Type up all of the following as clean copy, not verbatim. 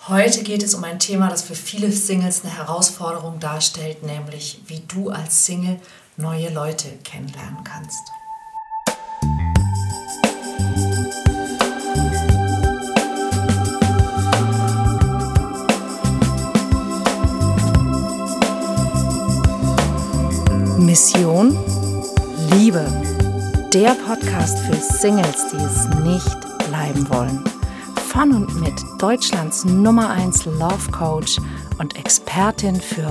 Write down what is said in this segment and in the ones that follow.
Heute geht es um ein Thema, das für viele Singles eine Herausforderung darstellt, nämlich wie du als Single neue Leute kennenlernen kannst. Mission Liebe. Der Podcast für Singles, die es nicht bleiben wollen. Von und mit Deutschlands Nummer 1 Love Coach und Expertin für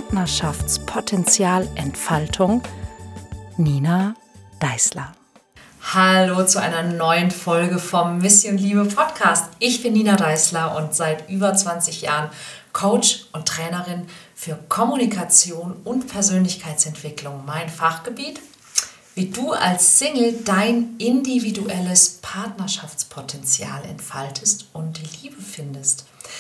Partnerschaftspotenzialentfaltung, Nina Deißler. Hallo zu einer neuen Folge vom Mission Liebe Podcast. Ich bin Nina Deißler und seit über 20 Jahren Coach und Trainerin für Kommunikation und Persönlichkeitsentwicklung. Mein Fachgebiet: wie du als Single dein individuelles Partnerschaftspotenzial entfaltest und die Liebe findest.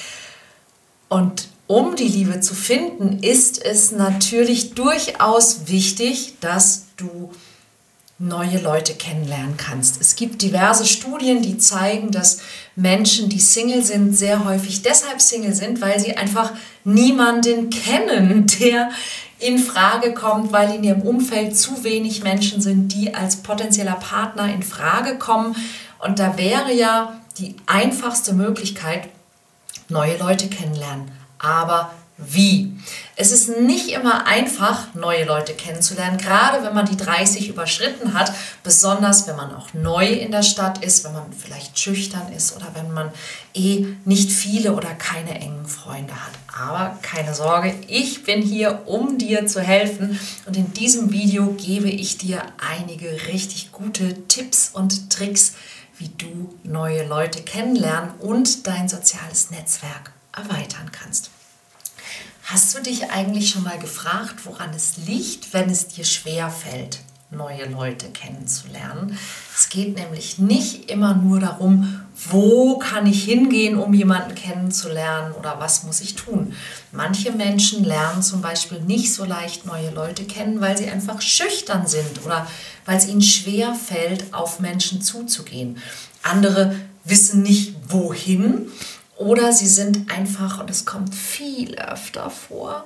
Und um die Liebe zu finden, ist es natürlich durchaus wichtig, dass du neue Leute kennenlernen kannst. Es gibt diverse Studien, die zeigen, dass Menschen, die Single sind, sehr häufig deshalb Single sind, weil sie einfach niemanden kennen, der in Frage kommt, weil in ihrem Umfeld zu wenig Menschen sind, die als potenzieller Partner in Frage kommen. Und da wäre ja die einfachste Möglichkeit, neue Leute kennenlernen. Aber wie? Es ist nicht immer einfach, neue Leute kennenzulernen, gerade wenn man die 30 überschritten hat, besonders wenn man auch neu in der Stadt ist, wenn man vielleicht schüchtern ist oder wenn man nicht viele oder keine engen Freunde hat. Aber keine Sorge, ich bin hier, um dir zu helfen, und in diesem Video gebe ich dir einige richtig gute Tipps und Tricks, wie du neue Leute kennenlernen und dein soziales Netzwerk erweitern kannst. Hast du dich eigentlich schon mal gefragt, woran es liegt, wenn es dir schwerfällt, neue Leute kennenzulernen? Es geht nämlich nicht immer nur darum, wo kann ich hingehen, um jemanden kennenzulernen oder was muss ich tun. Manche Menschen lernen zum Beispiel nicht so leicht neue Leute kennen, weil sie einfach schüchtern sind oder weil es ihnen schwerfällt, auf Menschen zuzugehen. Andere wissen nicht, wohin. Oder sie sind einfach, und es kommt viel öfter vor,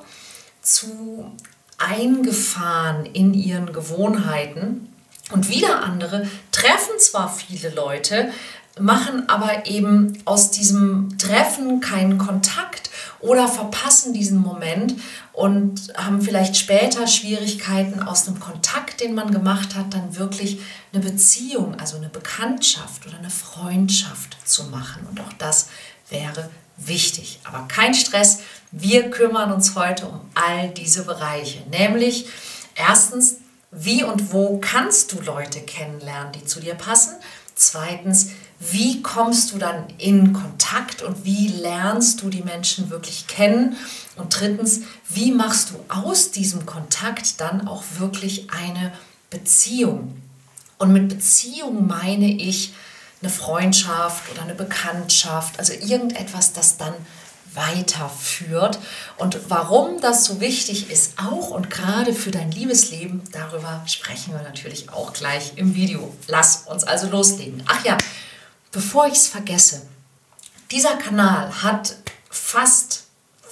zu eingefahren in ihren Gewohnheiten. Und wieder andere treffen zwar viele Leute, machen aber eben aus diesem Treffen keinen Kontakt oder verpassen diesen Moment und haben vielleicht später Schwierigkeiten, aus einem Kontakt, den man gemacht hat, dann wirklich eine Beziehung, also eine Bekanntschaft oder eine Freundschaft zu machen. Und auch das wäre wichtig. Aber kein Stress, wir kümmern uns heute um all diese Bereiche. Nämlich erstens, wie und wo kannst du Leute kennenlernen, die zu dir passen? Zweitens, wie kommst du dann in Kontakt und wie lernst du die Menschen wirklich kennen? Und drittens, wie machst du aus diesem Kontakt dann auch wirklich eine Beziehung? Und mit Beziehung meine ich eine Freundschaft oder eine Bekanntschaft, also irgendetwas, das dann weiterführt. Und warum das so wichtig ist, auch und gerade für dein Liebesleben, darüber sprechen wir natürlich auch gleich im Video. Lass uns also loslegen. Ach ja, bevor ich es vergesse, dieser Kanal hat fast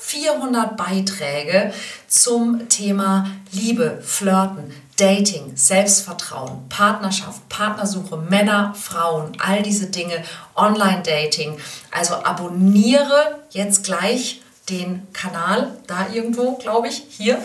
400 Beiträge zum Thema Liebe, Flirten, Dating, Selbstvertrauen, Partnerschaft, Partnersuche, Männer, Frauen, all diese Dinge, Online-Dating. Also abonniere jetzt gleich den Kanal, da irgendwo, glaube ich, hier,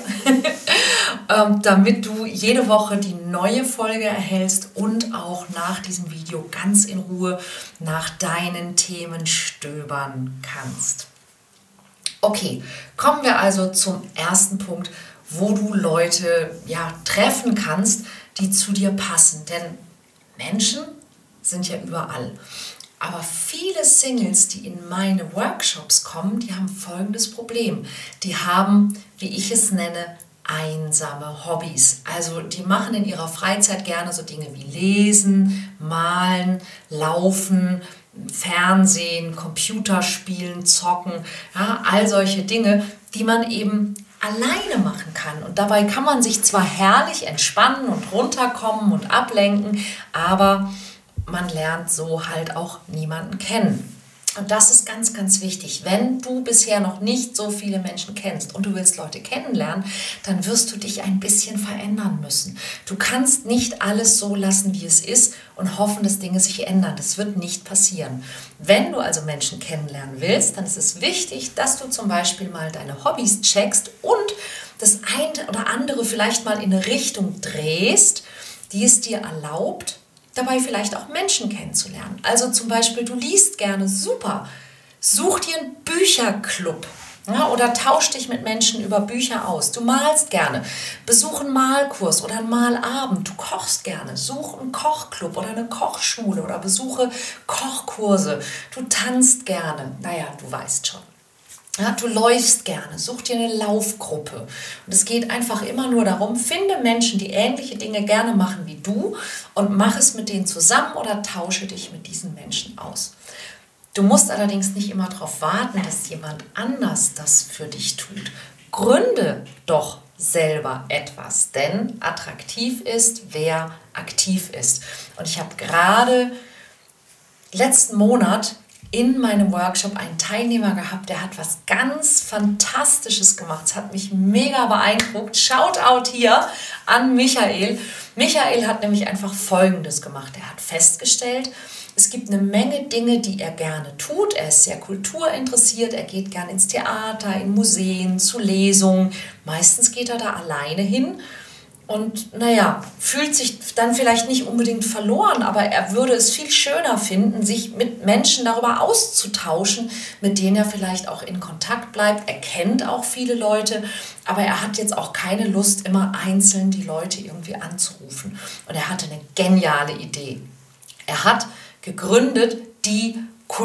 damit du jede Woche die neue Folge erhältst und auch nach diesem Video ganz in Ruhe nach deinen Themen stöbern kannst. Okay, kommen wir also zum ersten Punkt, wo du Leute treffen kannst, die zu dir passen. Denn Menschen sind ja überall. Aber viele Singles, die in meine Workshops kommen, die haben folgendes Problem. Die haben, wie ich es nenne, einsame Hobbys. Also die machen in ihrer Freizeit gerne so Dinge wie Lesen, Malen, Laufen, Fernsehen, Computerspielen, Zocken, ja, all solche Dinge, die man eben alleine machen kann. Und dabei kann man sich zwar herrlich entspannen und runterkommen und ablenken, aber man lernt so halt auch niemanden kennen. Und das ist ganz, ganz wichtig. Wenn du bisher noch nicht so viele Menschen kennst und du willst Leute kennenlernen, dann wirst du dich ein bisschen verändern müssen. Du kannst nicht alles so lassen, wie es ist und hoffen, dass Dinge sich ändern. Das wird nicht passieren. Wenn du also Menschen kennenlernen willst, dann ist es wichtig, dass du zum Beispiel mal deine Hobbys checkst und das eine oder andere vielleicht mal in eine Richtung drehst, die es dir erlaubt, dabei vielleicht auch Menschen kennenzulernen. Also zum Beispiel, du liest gerne, super. Such dir einen Bücherclub, ja, oder tausch dich mit Menschen über Bücher aus. Du malst gerne, besuch einen Malkurs oder einen Malabend. Du kochst gerne, such einen Kochclub oder eine Kochschule oder besuche Kochkurse. Du tanzt gerne, naja, du weißt schon. Ja, du läufst gerne, such dir eine Laufgruppe. Und es geht einfach immer nur darum, finde Menschen, die ähnliche Dinge gerne machen wie du und mach es mit denen zusammen oder tausche dich mit diesen Menschen aus. Du musst allerdings nicht immer darauf warten, dass jemand anders das für dich tut. Gründe doch selber etwas, denn attraktiv ist, wer aktiv ist. Und ich habe gerade letzten Monat in meinem Workshop einen Teilnehmer gehabt, der hat was ganz Fantastisches gemacht. Es hat mich mega beeindruckt. Shoutout hier an Michael. Michael hat nämlich einfach Folgendes gemacht. Er hat festgestellt, es gibt eine Menge Dinge, die er gerne tut. Er ist sehr kulturinteressiert, er geht gerne ins Theater, in Museen, zu Lesungen. Meistens geht er da alleine hin. Und naja, fühlt sich dann vielleicht nicht unbedingt verloren, aber er würde es viel schöner finden, sich mit Menschen darüber auszutauschen, mit denen er vielleicht auch in Kontakt bleibt. Er kennt auch viele Leute, aber er hat jetzt auch keine Lust, immer einzeln die Leute irgendwie anzurufen. Und er hatte eine geniale Idee. Er hat gegründet die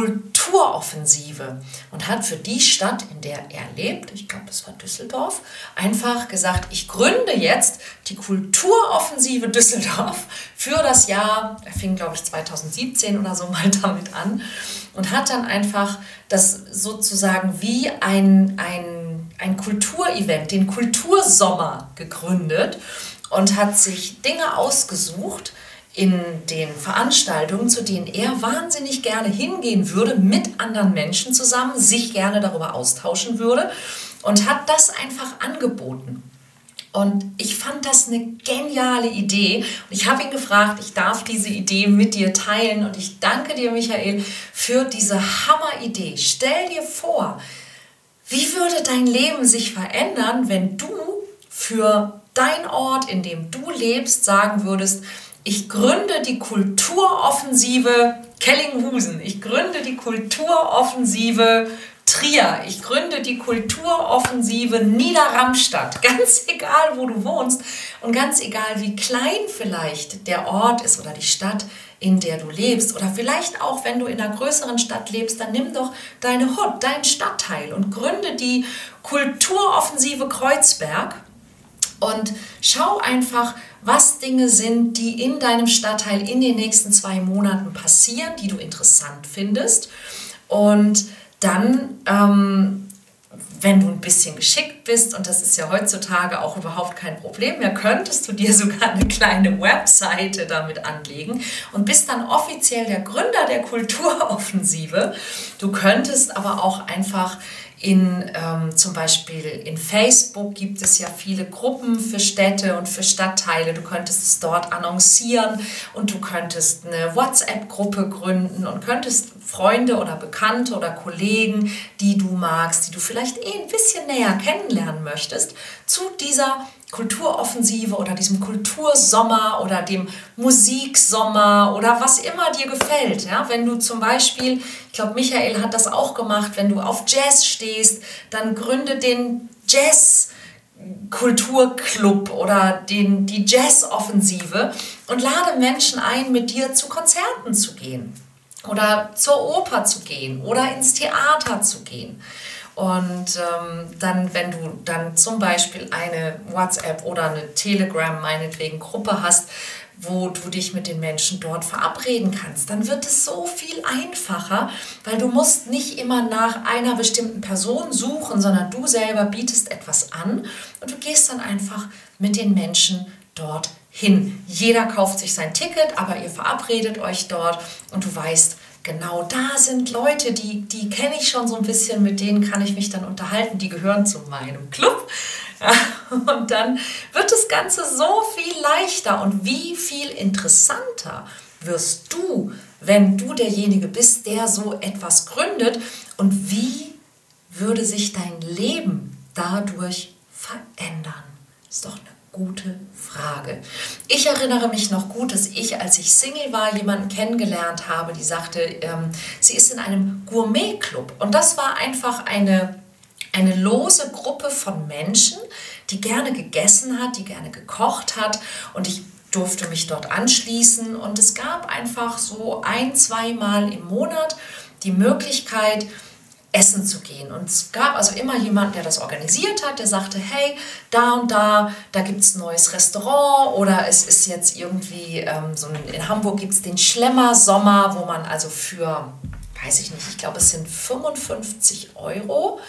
Kulturoffensive und hat für die Stadt, in der er lebt, ich glaube, es war Düsseldorf, einfach gesagt, ich gründe jetzt die Kulturoffensive Düsseldorf für das Jahr, er fing, glaube ich, 2017 oder so mal damit an und hat dann einfach das sozusagen wie ein Kulturevent, den Kultursommer gegründet und hat sich Dinge ausgesucht, in den Veranstaltungen, zu denen er wahnsinnig gerne hingehen würde, mit anderen Menschen zusammen, sich gerne darüber austauschen würde und hat das einfach angeboten. Und ich fand das eine geniale Idee. Und ich habe ihn gefragt, ich darf diese Idee mit dir teilen. Und ich danke dir, Michael, für diese Hammeridee. Stell dir vor, wie würde dein Leben sich verändern, wenn du für dein Ort, in dem du lebst, sagen würdest, ich gründe die Kulturoffensive Kellinghusen, ich gründe die Kulturoffensive Trier, ich gründe die Kulturoffensive Niederramstadt, ganz egal, wo du wohnst und ganz egal, wie klein vielleicht der Ort ist oder die Stadt, in der du lebst oder vielleicht auch, wenn du in einer größeren Stadt lebst, dann nimm doch deine Hut, deinen Stadtteil und gründe die Kulturoffensive Kreuzberg und schau einfach, was Dinge sind, die in deinem Stadtteil in den nächsten 2 Monaten passieren, die du interessant findest. Und dann, wenn du ein bisschen geschickt bist, und das ist ja heutzutage auch überhaupt kein Problem mehr, könntest du dir sogar eine kleine Webseite damit anlegen und bist dann offiziell der Gründer der Kulturoffensive. Du könntest aber auch einfach zum Beispiel in Facebook gibt es ja viele Gruppen für Städte und für Stadtteile. Du könntest es dort annoncieren und du könntest eine WhatsApp-Gruppe gründen und könntest Freunde oder Bekannte oder Kollegen, die du magst, die du vielleicht ein bisschen näher kennenlernen möchtest, zu dieser Kulturoffensive oder diesem Kultursommer oder dem Musiksommer oder was immer dir gefällt. Ja? Wenn du zum Beispiel, ich glaube, Michael hat das auch gemacht, wenn du auf Jazz stehst, dann gründe den Jazz-Kulturclub oder die Jazz-Offensive und lade Menschen ein, mit dir zu Konzerten zu gehen oder zur Oper zu gehen oder ins Theater zu gehen. Und dann, wenn du dann zum Beispiel eine WhatsApp oder eine Telegram, meinetwegen Gruppe hast, wo du dich mit den Menschen dort verabreden kannst, dann wird es so viel einfacher, weil du musst nicht immer nach einer bestimmten Person suchen, sondern du selber bietest etwas an und du gehst dann einfach mit den Menschen dort hin. Jeder kauft sich sein Ticket, aber ihr verabredet euch dort und du weißt genau da sind Leute, die kenne ich schon so ein bisschen, mit denen kann ich mich dann unterhalten, die gehören zu meinem Club. Ja, und dann wird das Ganze so viel leichter und wie viel interessanter wirst du, wenn du derjenige bist, der so etwas gründet, und wie würde sich dein Leben dadurch verändern? Das ist doch eine gute Frage. Ich erinnere mich noch gut, dass ich, als ich Single war, jemanden kennengelernt habe, die sagte, sie ist in einem Gourmet-Club. Und das war einfach eine lose Gruppe von Menschen, die gerne gegessen hat, die gerne gekocht hat. Und ich durfte mich dort anschließen. Und es gab einfach so 1-2 Mal im Monat die Möglichkeit, essen zu gehen. Und es gab also immer jemanden, der das organisiert hat, der sagte, hey, da und da gibt es ein neues Restaurant, oder es ist jetzt irgendwie, in Hamburg gibt es den Schlemmer-Sommer, wo man also für, weiß ich nicht, ich glaube es sind 55 €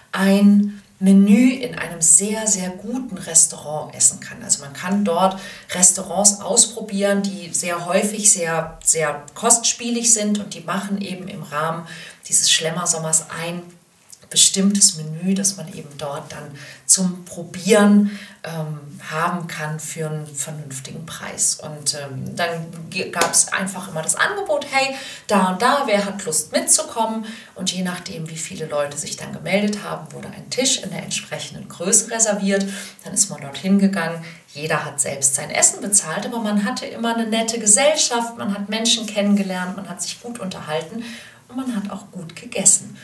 ein Menü in einem sehr, sehr guten Restaurant essen kann. Also man kann dort Restaurants ausprobieren, die sehr häufig sehr, sehr kostspielig sind, und die machen eben im Rahmen dieses Schlemmersommers ein bestimmtes Menü, das man eben dort dann zum Probieren haben kann für einen vernünftigen Preis. Und dann gab es einfach immer das Angebot, hey, da und da, wer hat Lust mitzukommen? Und je nachdem, wie viele Leute sich dann gemeldet haben, wurde ein Tisch in der entsprechenden Größe reserviert. Dann ist man dorthin gegangen. Jeder hat selbst sein Essen bezahlt, aber man hatte immer eine nette Gesellschaft, man hat Menschen kennengelernt, man hat sich gut unterhalten und man hat auch gut gegessen.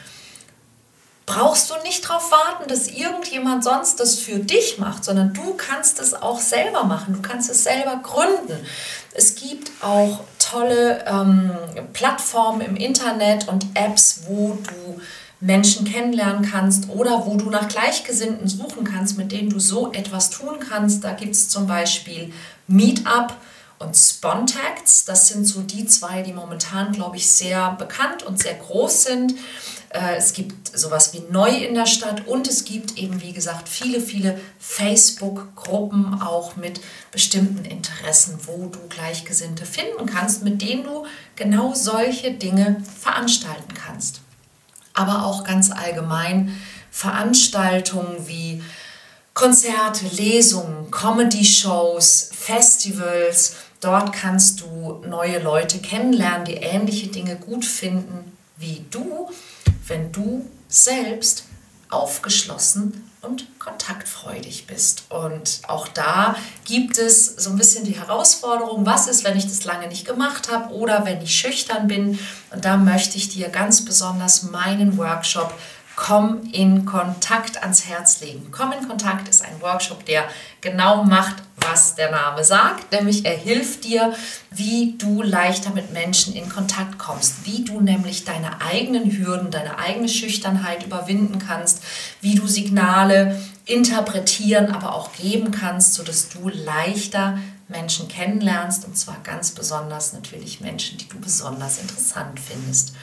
Brauchst du nicht darauf warten, dass irgendjemand sonst das für dich macht, sondern du kannst es auch selber machen, du kannst es selber gründen. Es gibt auch tolle Plattformen im Internet und Apps, wo du Menschen kennenlernen kannst oder wo du nach Gleichgesinnten suchen kannst, mit denen du so etwas tun kannst. Da gibt es zum Beispiel Meetup und Spontax. Das sind so die 2, die momentan, glaube ich, sehr bekannt und sehr groß sind. Es gibt sowas wie Neu in der Stadt, und es gibt eben, wie gesagt, viele, viele Facebook-Gruppen auch mit bestimmten Interessen, wo du Gleichgesinnte finden kannst, mit denen du genau solche Dinge veranstalten kannst. Aber auch ganz allgemein Veranstaltungen wie Konzerte, Lesungen, Comedy-Shows, Festivals. Dort kannst du neue Leute kennenlernen, die ähnliche Dinge gut finden wie du, wenn du selbst aufgeschlossen und kontaktfreudig bist. Und auch da gibt es so ein bisschen die Herausforderung, was ist, wenn ich das lange nicht gemacht habe oder wenn ich schüchtern bin. Und da möchte ich dir ganz besonders meinen Workshop Komm in Kontakt ans Herz legen. Komm in Kontakt ist ein Workshop, der genau macht, was der Name sagt, nämlich er hilft dir, wie du leichter mit Menschen in Kontakt kommst, wie du nämlich deine eigenen Hürden, deine eigene Schüchternheit überwinden kannst, wie du Signale interpretieren, aber auch geben kannst, sodass du leichter Menschen kennenlernst, und zwar ganz besonders natürlich Menschen, die du besonders interessant findest.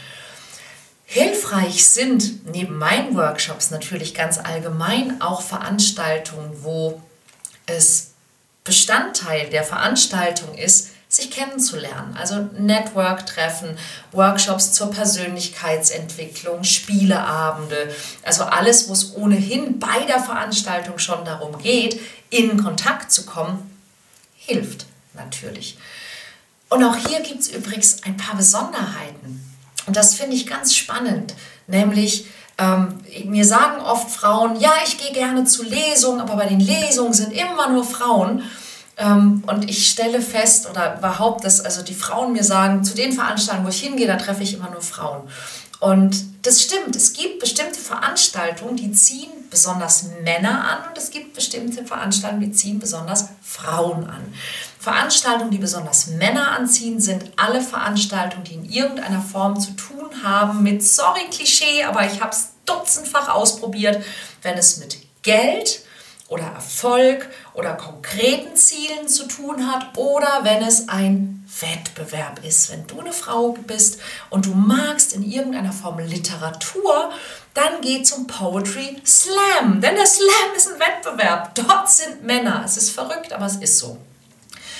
Hilfreich sind neben meinen Workshops natürlich ganz allgemein auch Veranstaltungen, wo es Bestandteil der Veranstaltung ist, sich kennenzulernen. Also Network-Treffen, Workshops zur Persönlichkeitsentwicklung, Spieleabende, also alles, wo es ohnehin bei der Veranstaltung schon darum geht, in Kontakt zu kommen, hilft natürlich. Und auch hier gibt es übrigens ein paar Besonderheiten. Und das finde ich ganz spannend, nämlich mir sagen oft Frauen, ja, ich gehe gerne zu Lesungen, aber bei den Lesungen sind immer nur Frauen. Und ich stelle fest oder behaupte, dass also die Frauen mir sagen, zu den Veranstaltungen, wo ich hingehe, da treffe ich immer nur Frauen. Und das stimmt, es gibt bestimmte Veranstaltungen, die ziehen besonders Männer an, und es gibt bestimmte Veranstaltungen, die ziehen besonders Frauen an. Veranstaltungen, die besonders Männer anziehen, sind alle Veranstaltungen, die in irgendeiner Form zu tun haben mit, sorry Klischee, aber ich habe es dutzendfach ausprobiert, wenn es mit Geld oder Erfolg oder konkreten Zielen zu tun hat oder wenn es ein Wettbewerb ist. Wenn du eine Frau bist und du magst in irgendeiner Form Literatur, dann geh zum Poetry Slam, denn der Slam ist ein Wettbewerb. Dort sind Männer. Es ist verrückt, aber es ist so.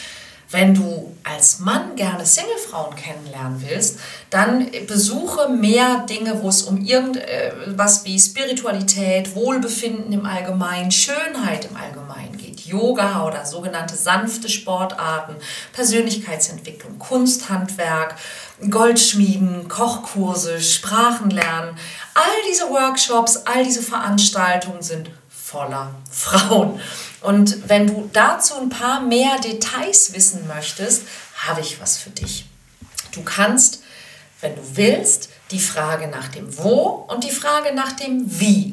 Wenn du als Mann gerne Singlefrauen kennenlernen willst, dann besuche mehr Dinge, wo es um irgendwas wie Spiritualität, Wohlbefinden im Allgemeinen, Schönheit im Allgemeinen geht. Yoga oder sogenannte sanfte Sportarten, Persönlichkeitsentwicklung, Kunsthandwerk, Goldschmieden, Kochkurse, Sprachenlernen. All diese Workshops, all diese Veranstaltungen sind voller Frauen. Und wenn du dazu ein paar mehr Details wissen möchtest, habe ich was für dich. Du kannst, wenn du willst, die Frage nach dem Wo und die Frage nach dem Wie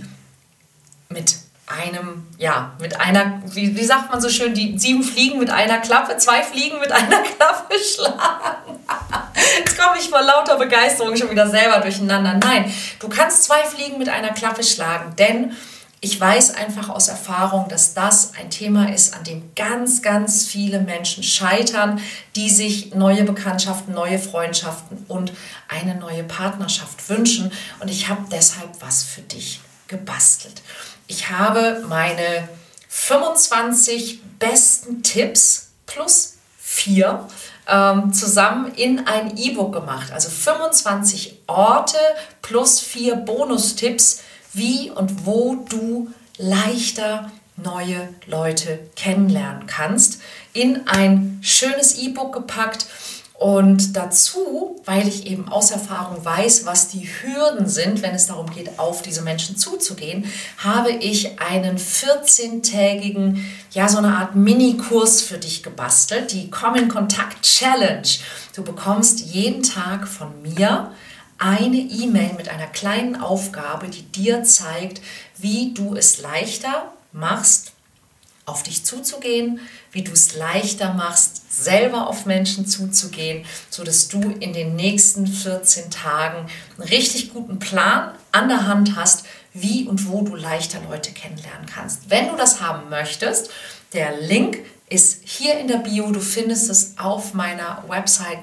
wie sagt man so schön, die 7 Fliegen mit einer Klappe, 2 Fliegen mit einer Klappe schlagen. Jetzt komme ich vor lauter Begeisterung schon wieder selber durcheinander. Nein, du kannst 2 Fliegen mit einer Klappe schlagen, denn ich weiß einfach aus Erfahrung, dass das ein Thema ist, an dem ganz, ganz viele Menschen scheitern, die sich neue Bekanntschaften, neue Freundschaften und eine neue Partnerschaft wünschen. Und ich habe deshalb was für dich gebastelt. Ich habe meine 25 besten Tipps plus 4 zusammen in ein E-Book gemacht. Also 25 Orte plus 4 Bonustipps, wie und wo du leichter neue Leute kennenlernen kannst, in ein schönes E-Book gepackt. Und dazu, weil ich eben aus Erfahrung weiß, was die Hürden sind, wenn es darum geht, auf diese Menschen zuzugehen, habe ich einen 14-tägigen, so eine Art Minikurs für dich gebastelt, die Komm in Kontakt Challenge. Du bekommst jeden Tag von mir eine E-Mail mit einer kleinen Aufgabe, die dir zeigt, wie du es leichter machst, auf dich zuzugehen, wie du es leichter machst, selber auf Menschen zuzugehen, sodass du in den nächsten 14 Tagen einen richtig guten Plan an der Hand hast, wie und wo du leichter Leute kennenlernen kannst. Wenn du das haben möchtest, der Link ist hier in der Bio. Du findest es auf meiner Website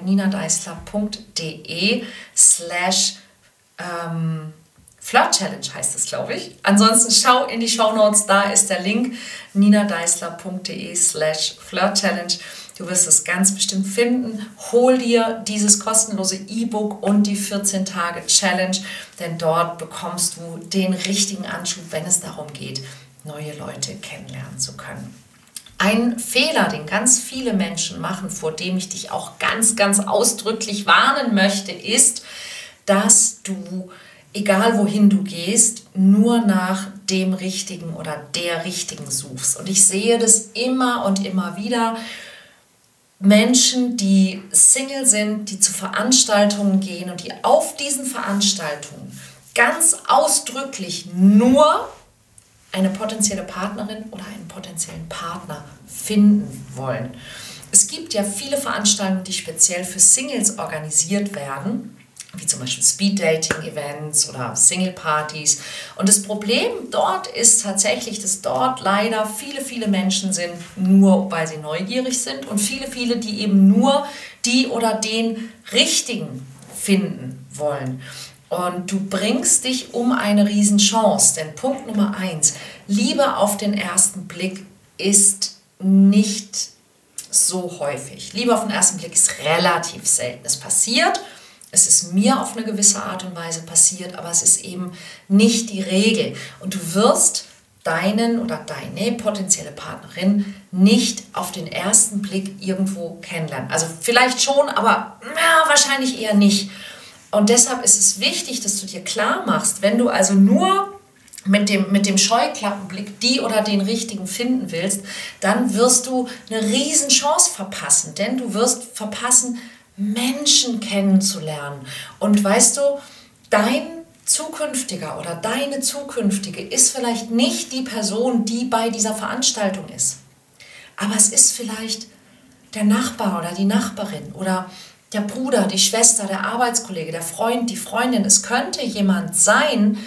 ninadeisler.de/Flirt-Challenge heißt es, glaube ich. Ansonsten schau in die Shownotes, da ist der Link ninadeisler.de/Flirt-Challenge. Du wirst es ganz bestimmt finden. Hol dir dieses kostenlose E-Book und die 14-Tage-Challenge, denn dort bekommst du den richtigen Anschub, wenn es darum geht, neue Leute kennenlernen zu können. Ein Fehler, den ganz viele Menschen machen, vor dem ich dich auch ganz, ganz ausdrücklich warnen möchte, ist, dass du, egal wohin du gehst, nur nach dem Richtigen oder der Richtigen suchst. Und ich sehe das immer und immer wieder. Menschen, die Single sind, die zu Veranstaltungen gehen und die auf diesen Veranstaltungen ganz ausdrücklich nur eine potenzielle Partnerin oder einen potenziellen Partner finden wollen. Es gibt ja viele Veranstaltungen, die speziell für Singles organisiert werden, wie zum Beispiel Speed-Dating-Events oder Single-Partys. Und das Problem dort ist tatsächlich, dass dort leider viele, viele Menschen sind, nur weil sie neugierig sind und viele, viele, die eben nur die oder den Richtigen finden wollen. Und du bringst dich um eine Riesenchance, denn Punkt Nummer 1, Liebe auf den ersten Blick ist nicht so häufig. Liebe auf den ersten Blick ist relativ selten. Es passiert, es ist mir auf eine gewisse Art und Weise passiert, aber es ist eben nicht die Regel. Und du wirst deinen oder deine potenzielle Partnerin nicht auf den ersten Blick irgendwo kennenlernen. Also vielleicht schon, aber wahrscheinlich eher nicht. Und deshalb ist es wichtig, dass du dir klar machst, wenn du also nur mit dem Scheuklappenblick die oder den Richtigen finden willst, dann wirst du eine riesen Chance verpassen, denn du wirst verpassen, Menschen kennenzulernen. Und weißt du, dein Zukünftiger oder deine Zukünftige ist vielleicht nicht die Person, die bei dieser Veranstaltung ist. Aber es ist vielleicht der Nachbar oder die Nachbarin oder der Bruder, die Schwester, der Arbeitskollege, der Freund, die Freundin. Es könnte jemand sein,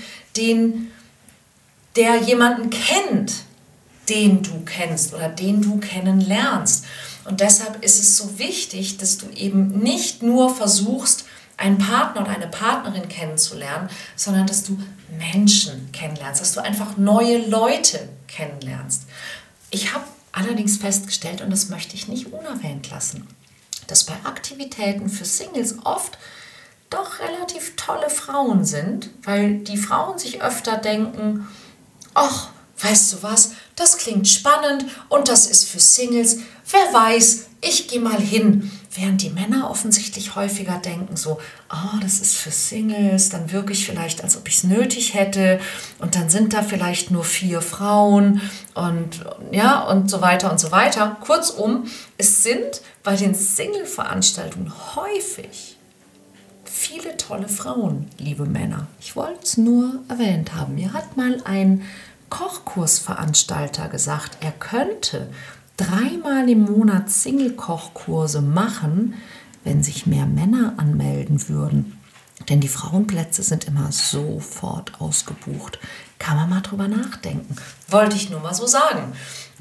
der jemanden kennt, den du kennst oder den du kennenlernst. Und deshalb ist es so wichtig, dass du eben nicht nur versuchst, einen Partner oder eine Partnerin kennenzulernen, sondern dass du Menschen kennenlernst, dass du einfach neue Leute kennenlernst. Ich habe allerdings festgestellt, und das möchte ich nicht unerwähnt lassen, dass bei Aktivitäten für Singles oft doch relativ tolle Frauen sind, weil die Frauen sich öfter denken, ach, weißt du was, das klingt spannend und das ist für Singles, wer weiß, ich gehe mal hin. Während die Männer offensichtlich häufiger denken so, das ist für Singles, dann wirke ich vielleicht, als ob ich es nötig hätte und dann sind da vielleicht nur 4 Frauen und so weiter und so weiter. Kurzum, es sind bei den Single-Veranstaltungen häufig viele tolle Frauen, liebe Männer. Ich wollte es nur erwähnt haben. Mir hat mal ein Kochkursveranstalter gesagt, er könnte 3-mal im Monat Single-Kochkurse machen, wenn sich mehr Männer anmelden würden. Denn die Frauenplätze sind immer sofort ausgebucht. Kann man mal drüber nachdenken. Wollte ich nur mal so sagen.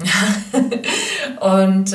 Und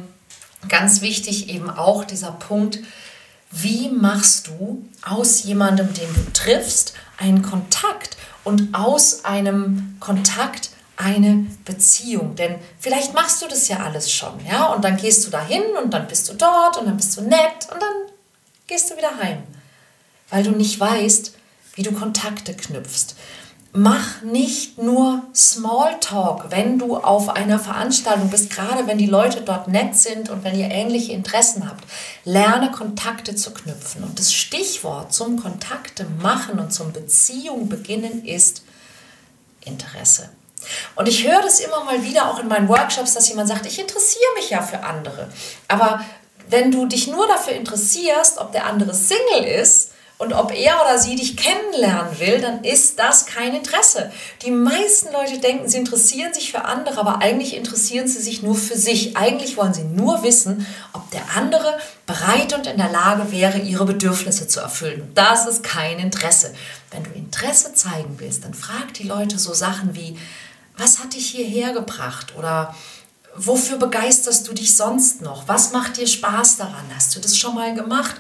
ganz wichtig eben auch dieser Punkt, wie machst du aus jemandem, den du triffst, einen Kontakt und aus einem Kontakt eine Beziehung? Denn vielleicht machst du das ja alles schon, ja? Und dann gehst du dahin und dann bist du dort und dann bist du nett und dann gehst du wieder heim, weil du nicht weißt, wie du Kontakte knüpfst. Mach nicht nur Smalltalk, wenn du auf einer Veranstaltung bist, gerade wenn die Leute dort nett sind und wenn ihr ähnliche Interessen habt. Lerne Kontakte zu knüpfen. Und das Stichwort zum Kontakte machen und zum Beziehung beginnen ist Interesse. Und ich höre das immer mal wieder auch in meinen Workshops, dass jemand sagt, ich interessiere mich ja für andere. Aber wenn du dich nur dafür interessierst, ob der andere Single ist, und ob er oder sie dich kennenlernen will, dann ist das kein Interesse. Die meisten Leute denken, sie interessieren sich für andere, aber eigentlich interessieren sie sich nur für sich. Eigentlich wollen sie nur wissen, ob der andere bereit und in der Lage wäre, ihre Bedürfnisse zu erfüllen. Das ist kein Interesse. Wenn du Interesse zeigen willst, dann frag die Leute so Sachen wie, was hat dich hierher gebracht? Oder wofür begeisterst du dich sonst noch? Was macht dir Spaß daran? Hast du das schon mal gemacht?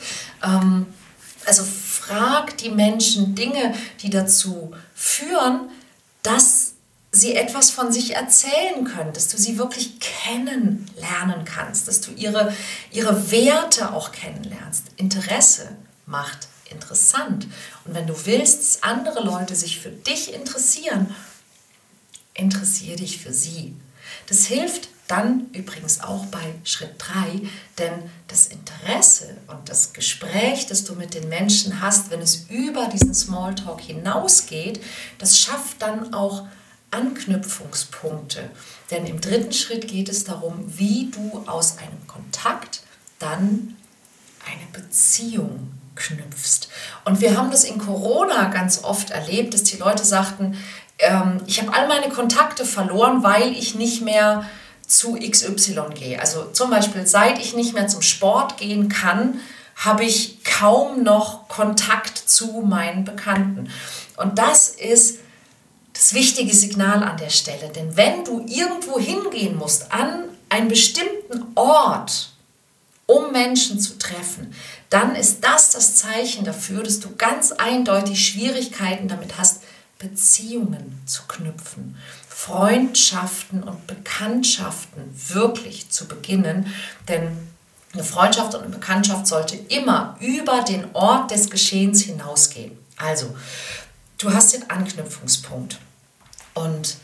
Also frag die Menschen Dinge, die dazu führen, dass sie etwas von sich erzählen können, dass du sie wirklich kennenlernen kannst, dass du ihre Werte auch kennenlernst. Interesse macht interessant. Und wenn du willst, dass andere Leute sich für dich interessieren, interessiere dich für sie. Das hilft dann übrigens auch bei Schritt 3, denn das Interesse und das Gespräch, das du mit den Menschen hast, wenn es über diesen Smalltalk hinausgeht, das schafft dann auch Anknüpfungspunkte. Denn im 3. Schritt geht es darum, wie du aus einem Kontakt dann eine Beziehung knüpfst. Und wir haben das in Corona ganz oft erlebt, dass die Leute sagten, ich habe all meine Kontakte verloren, weil ich nicht mehr zu XY gehe. Also zum Beispiel, seit ich nicht mehr zum Sport gehen kann, habe ich kaum noch Kontakt zu meinen Bekannten. Und das ist das wichtige Signal an der Stelle. Denn wenn du irgendwo hingehen musst, an einen bestimmten Ort, um Menschen zu treffen, dann ist das Zeichen dafür, dass du ganz eindeutig Schwierigkeiten damit hast, Beziehungen zu knüpfen, Freundschaften und Bekanntschaften wirklich zu beginnen, denn eine Freundschaft und eine Bekanntschaft sollte immer über den Ort des Geschehens hinausgehen. Also, du hast den Anknüpfungspunkt und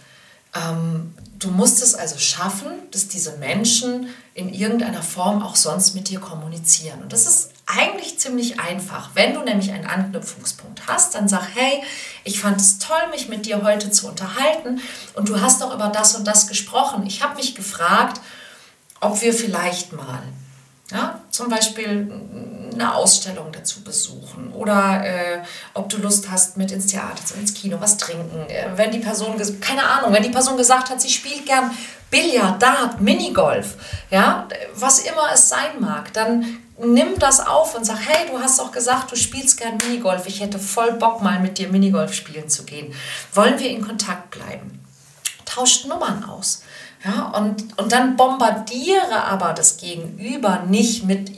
du musst es also schaffen, dass diese Menschen in irgendeiner Form auch sonst mit dir kommunizieren. Und das ist eigentlich ziemlich einfach. Wenn du nämlich einen Anknüpfungspunkt hast, dann sag, hey, ich fand es toll, mich mit dir heute zu unterhalten und du hast doch über das und das gesprochen. Ich habe mich gefragt, ob wir vielleicht mal zum Beispiel eine Ausstellung dazu besuchen oder ob du Lust hast, mit ins Theater, ins Kino, was trinken. Wenn die Person gesagt hat, sie spielt gern Billard, Dart, Minigolf, was immer es sein mag, dann nimm das auf und sag, hey, du hast doch gesagt, du spielst gern Minigolf. Ich hätte voll Bock, mal mit dir Minigolf spielen zu gehen. Wollen wir in Kontakt bleiben? Tauscht Nummern aus. Ja, und dann bombardiere aber das Gegenüber nicht mit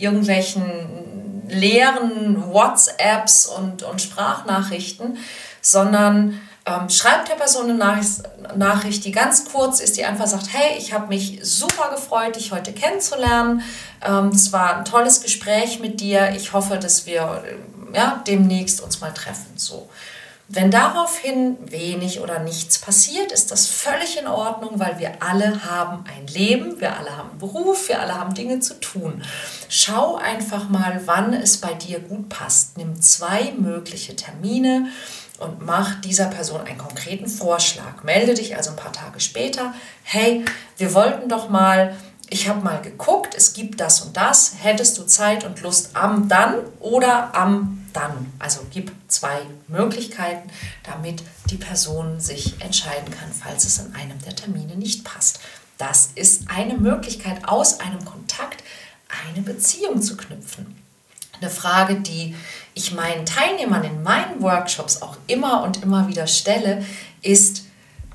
irgendwelchen leeren WhatsApps und Sprachnachrichten, sondern Schreibt der Person eine Nachricht, die ganz kurz ist, die einfach sagt, hey, ich habe mich super gefreut, dich heute kennenzulernen. Es war ein tolles Gespräch mit dir. Ich hoffe, dass wir demnächst uns mal treffen. So. Wenn daraufhin wenig oder nichts passiert, ist das völlig in Ordnung, weil wir alle haben ein Leben, wir alle haben einen Beruf, wir alle haben Dinge zu tun. Schau einfach mal, wann es bei dir gut passt. Nimm 2 mögliche Termine und mach dieser Person einen konkreten Vorschlag. Melde dich also ein paar Tage später. Hey, wir wollten doch mal, ich habe mal geguckt, es gibt das und das. Hättest du Zeit und Lust am dann oder am dann? Also gib 2 Möglichkeiten, damit die Person sich entscheiden kann, falls es an einem der Termine nicht passt. Das ist eine Möglichkeit, aus einem Kontakt eine Beziehung zu knüpfen. Eine Frage, die ich meinen Teilnehmern in meinen Workshops auch immer und immer wieder stelle, ist,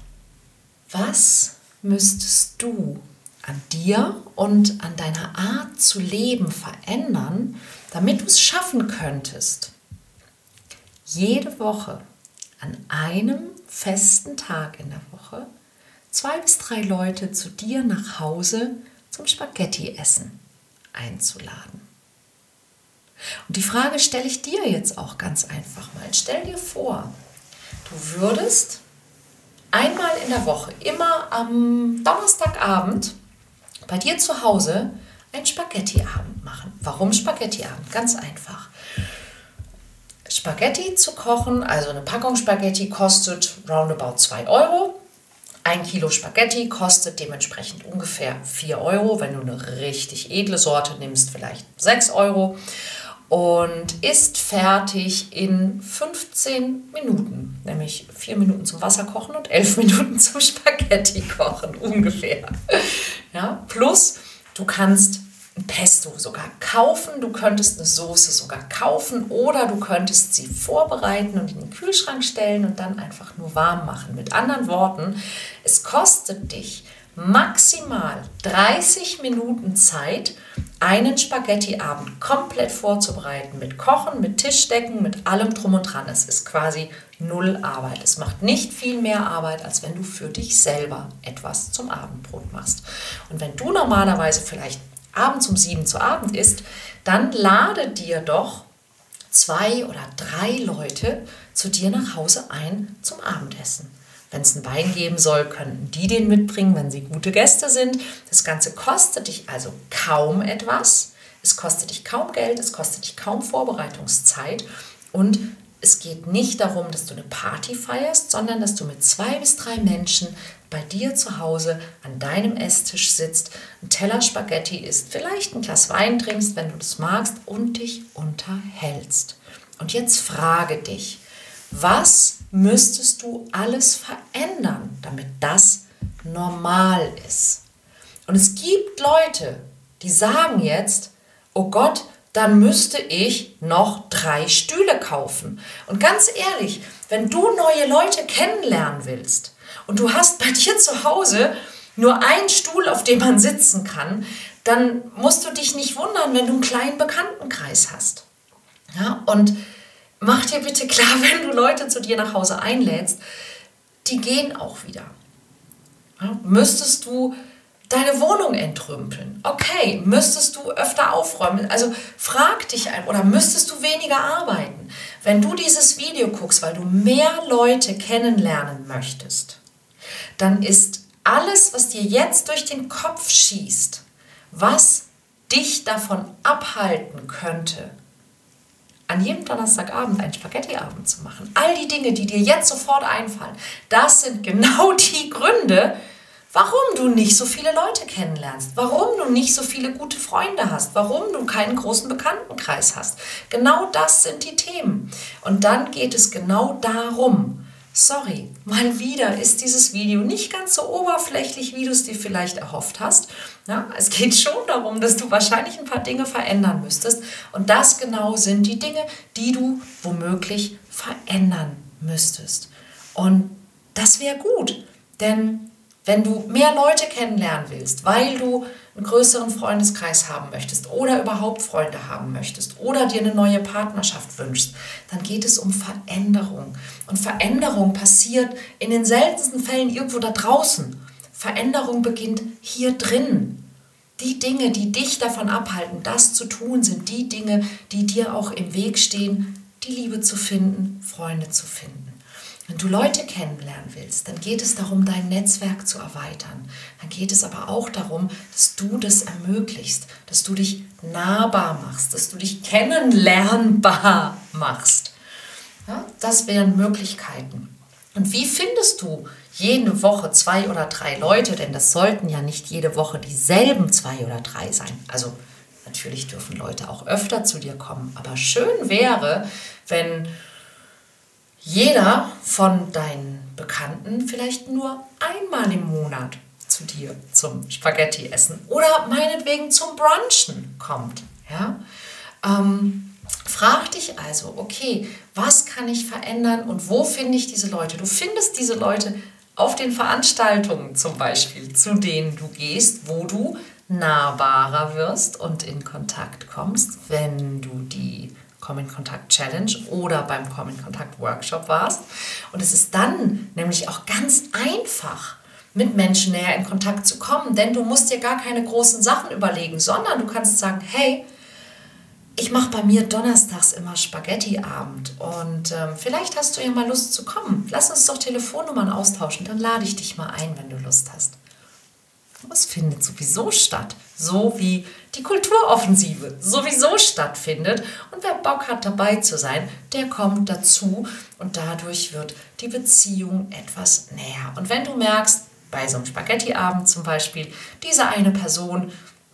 was müsstest du an dir und an deiner Art zu leben verändern, damit du es schaffen könntest, jede Woche an einem festen Tag in der Woche 2 bis 3 Leute zu dir nach Hause zum Spaghetti-Essen einzuladen. Und die Frage stelle ich dir jetzt auch ganz einfach mal. Stell dir vor, du würdest einmal in der Woche, immer am Donnerstagabend, bei dir zu Hause einen Spaghetti-Abend machen. Warum Spaghetti-Abend? Ganz einfach. Spaghetti zu kochen, also eine Packung Spaghetti kostet roundabout 2 €. 1 Kilo Spaghetti kostet dementsprechend ungefähr 4 €. Wenn du eine richtig edle Sorte nimmst, vielleicht 6 €. Und ist fertig in 15 Minuten, nämlich 4 Minuten zum Wasser kochen und 11 Minuten zum Spaghetti kochen, ungefähr. Ja, plus, du kannst ein Pesto sogar kaufen, du könntest eine Soße sogar kaufen oder du könntest sie vorbereiten und in den Kühlschrank stellen und dann einfach nur warm machen. Mit anderen Worten, es kostet dich maximal 30 Minuten Zeit, einen Spaghetti-Abend komplett vorzubereiten, mit Kochen, mit Tischdecken, mit allem drum und dran. Es ist quasi 0 Arbeit. Es macht nicht viel mehr Arbeit, als wenn du für dich selber etwas zum Abendbrot machst. Und wenn du normalerweise vielleicht abends um 7 zu Abend isst, dann lade dir doch 2 oder 3 Leute zu dir nach Hause ein zum Abendessen. Wenn es einen Wein geben soll, könnten die den mitbringen, wenn sie gute Gäste sind. Das Ganze kostet dich also kaum etwas. Es kostet dich kaum Geld, es kostet dich kaum Vorbereitungszeit. Und es geht nicht darum, dass du eine Party feierst, sondern dass du mit 2 bis 3 Menschen bei dir zu Hause an deinem Esstisch sitzt, einen Teller Spaghetti isst, vielleicht ein Glas Wein trinkst, wenn du das magst, und dich unterhältst. Und jetzt frage dich, was müsstest du alles verändern, damit das normal ist? Und es gibt Leute, die sagen jetzt, oh Gott, dann müsste ich noch 3 Stühle kaufen. Und ganz ehrlich, wenn du neue Leute kennenlernen willst und du hast bei dir zu Hause nur einen Stuhl, auf dem man sitzen kann, dann musst du dich nicht wundern, wenn du einen kleinen Bekanntenkreis hast. Ja, und mach dir bitte klar, wenn du Leute zu dir nach Hause einlädst, die gehen auch wieder. Ja, müsstest du deine Wohnung entrümpeln? Okay. Müsstest du öfter aufräumen? Also frag dich ein, oder müsstest du weniger arbeiten? Wenn du dieses Video guckst, weil du mehr Leute kennenlernen möchtest, dann ist alles, was dir jetzt durch den Kopf schießt, was dich davon abhalten könnte, an jedem Donnerstagabend einen Spaghetti-Abend zu machen. All die Dinge, die dir jetzt sofort einfallen, das sind genau die Gründe, warum du nicht so viele Leute kennenlernst, warum du nicht so viele gute Freunde hast, warum du keinen großen Bekanntenkreis hast. Genau das sind die Themen. Und dann geht es genau darum, sorry, mal wieder ist dieses Video nicht ganz so oberflächlich, wie du es dir vielleicht erhofft hast. Ja, es geht schon darum, dass du wahrscheinlich ein paar Dinge verändern müsstest. Und das genau sind die Dinge, die du womöglich verändern müsstest. Und das wäre gut, denn Wenn du mehr Leute kennenlernen willst, weil du einen größeren Freundeskreis haben möchtest oder überhaupt Freunde haben möchtest oder dir eine neue Partnerschaft wünschst, dann geht es um Veränderung. Und Veränderung passiert in den seltensten Fällen irgendwo da draußen. Veränderung beginnt hier drin. Die Dinge, die dich davon abhalten, das zu tun, sind die Dinge, die dir auch im Weg stehen, die Liebe zu finden, Freunde zu finden. Wenn du Leute kennenlernen willst, dann geht es darum, dein Netzwerk zu erweitern. Dann geht es aber auch darum, dass du das ermöglicht, dass du dich nahbar machst, dass du dich kennenlernbar machst. Ja, das wären Möglichkeiten. Und wie findest du jede Woche 2 oder 3 Leute? Denn das sollten ja nicht jede Woche dieselben 2 oder 3 sein. Also natürlich dürfen Leute auch öfter zu dir kommen. Aber schön wäre, wenn jeder von deinen Bekannten vielleicht nur einmal im Monat zu dir zum Spaghetti essen oder meinetwegen zum Brunchen kommt. Ja? Frag dich also, okay, was kann ich verändern und wo finde ich diese Leute? Du findest diese Leute auf den Veranstaltungen zum Beispiel, zu denen du gehst, wo du nahbarer wirst und in Kontakt kommst, wenn du die Komm in Kontakt Challenge oder beim Komm in Kontakt Workshop warst. Und es ist dann nämlich auch ganz einfach, mit Menschen näher in Kontakt zu kommen, denn du musst dir gar keine großen Sachen überlegen, sondern du kannst sagen, hey, ich mache bei mir donnerstags immer Spaghetti-Abend und vielleicht hast du ja mal Lust zu kommen. Lass uns doch Telefonnummern austauschen, dann lade ich dich mal ein, wenn du Lust hast. Es findet sowieso statt, so wie die Kulturoffensive sowieso stattfindet. Und wer Bock hat, dabei zu sein, der kommt dazu und dadurch wird die Beziehung etwas näher. Und wenn du merkst, bei so einem Spaghetti-Abend zum Beispiel, diese eine Person,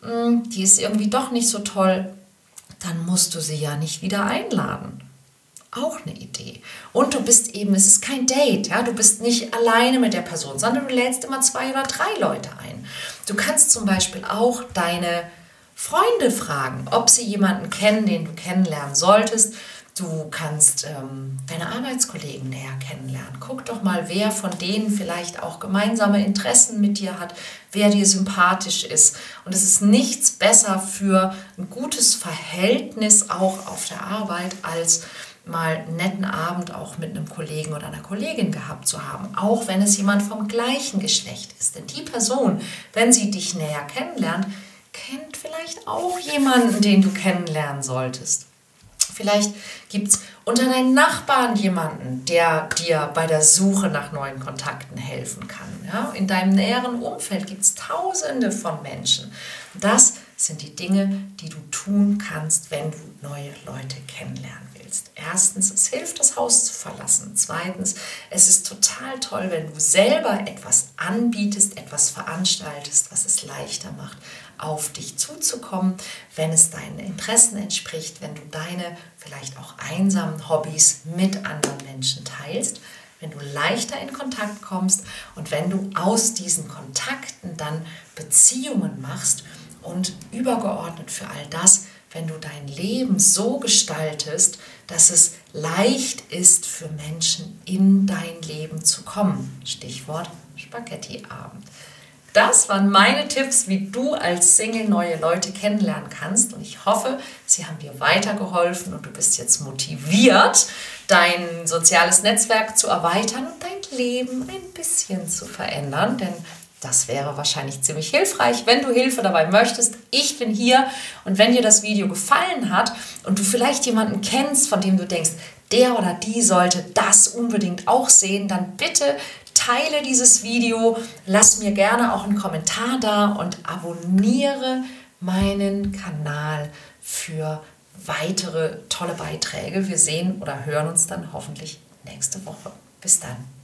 die ist irgendwie doch nicht so toll, dann musst du sie ja nicht wieder einladen. Auch eine Idee. Und du bist eben, es ist kein Date, ja? Du bist nicht alleine mit der Person, sondern du lädst immer 2 oder 3 Leute ein. Du kannst zum Beispiel auch deine Freunde fragen, ob sie jemanden kennen, den du kennenlernen solltest. Du kannst deine Arbeitskollegen näher kennenlernen. Guck doch mal, wer von denen vielleicht auch gemeinsame Interessen mit dir hat, wer dir sympathisch ist. Und es ist nichts besser für ein gutes Verhältnis auch auf der Arbeit, als mal einen netten Abend auch mit einem Kollegen oder einer Kollegin gehabt zu haben, auch wenn es jemand vom gleichen Geschlecht ist. Denn die Person, wenn sie dich näher kennenlernt, kennt vielleicht auch jemanden, den du kennenlernen solltest. Vielleicht gibt es unter deinen Nachbarn jemanden, der dir bei der Suche nach neuen Kontakten helfen kann. Ja? In deinem näheren Umfeld gibt es Tausende von Menschen. Das sind die Dinge, die du tun kannst, wenn du neue Leute kennenlernen willst. Erstens, es hilft, das Haus zu verlassen. Zweitens, es ist total toll, wenn du selber etwas anbietest, etwas veranstaltest, was es leichter macht, auf dich zuzukommen, wenn es deinen Interessen entspricht, wenn du deine vielleicht auch einsamen Hobbys mit anderen Menschen teilst, wenn du leichter in Kontakt kommst und wenn du aus diesen Kontakten dann Beziehungen machst und übergeordnet für all das, wenn du dein Leben so gestaltest, dass es leicht ist für Menschen in dein Leben zu kommen. Stichwort Spaghetti-Abend. Das waren meine Tipps, wie du als Single neue Leute kennenlernen kannst. Und ich hoffe, sie haben dir weitergeholfen und du bist jetzt motiviert, dein soziales Netzwerk zu erweitern und dein Leben ein bisschen zu verändern. Denn das wäre wahrscheinlich ziemlich hilfreich, wenn du Hilfe dabei möchtest. Ich bin hier und wenn dir das Video gefallen hat und du vielleicht jemanden kennst, von dem du denkst, der oder die sollte das unbedingt auch sehen, dann bitte teile dieses Video, lass mir gerne auch einen Kommentar da und abonniere meinen Kanal für weitere tolle Beiträge. Wir sehen oder hören uns dann hoffentlich nächste Woche. Bis dann.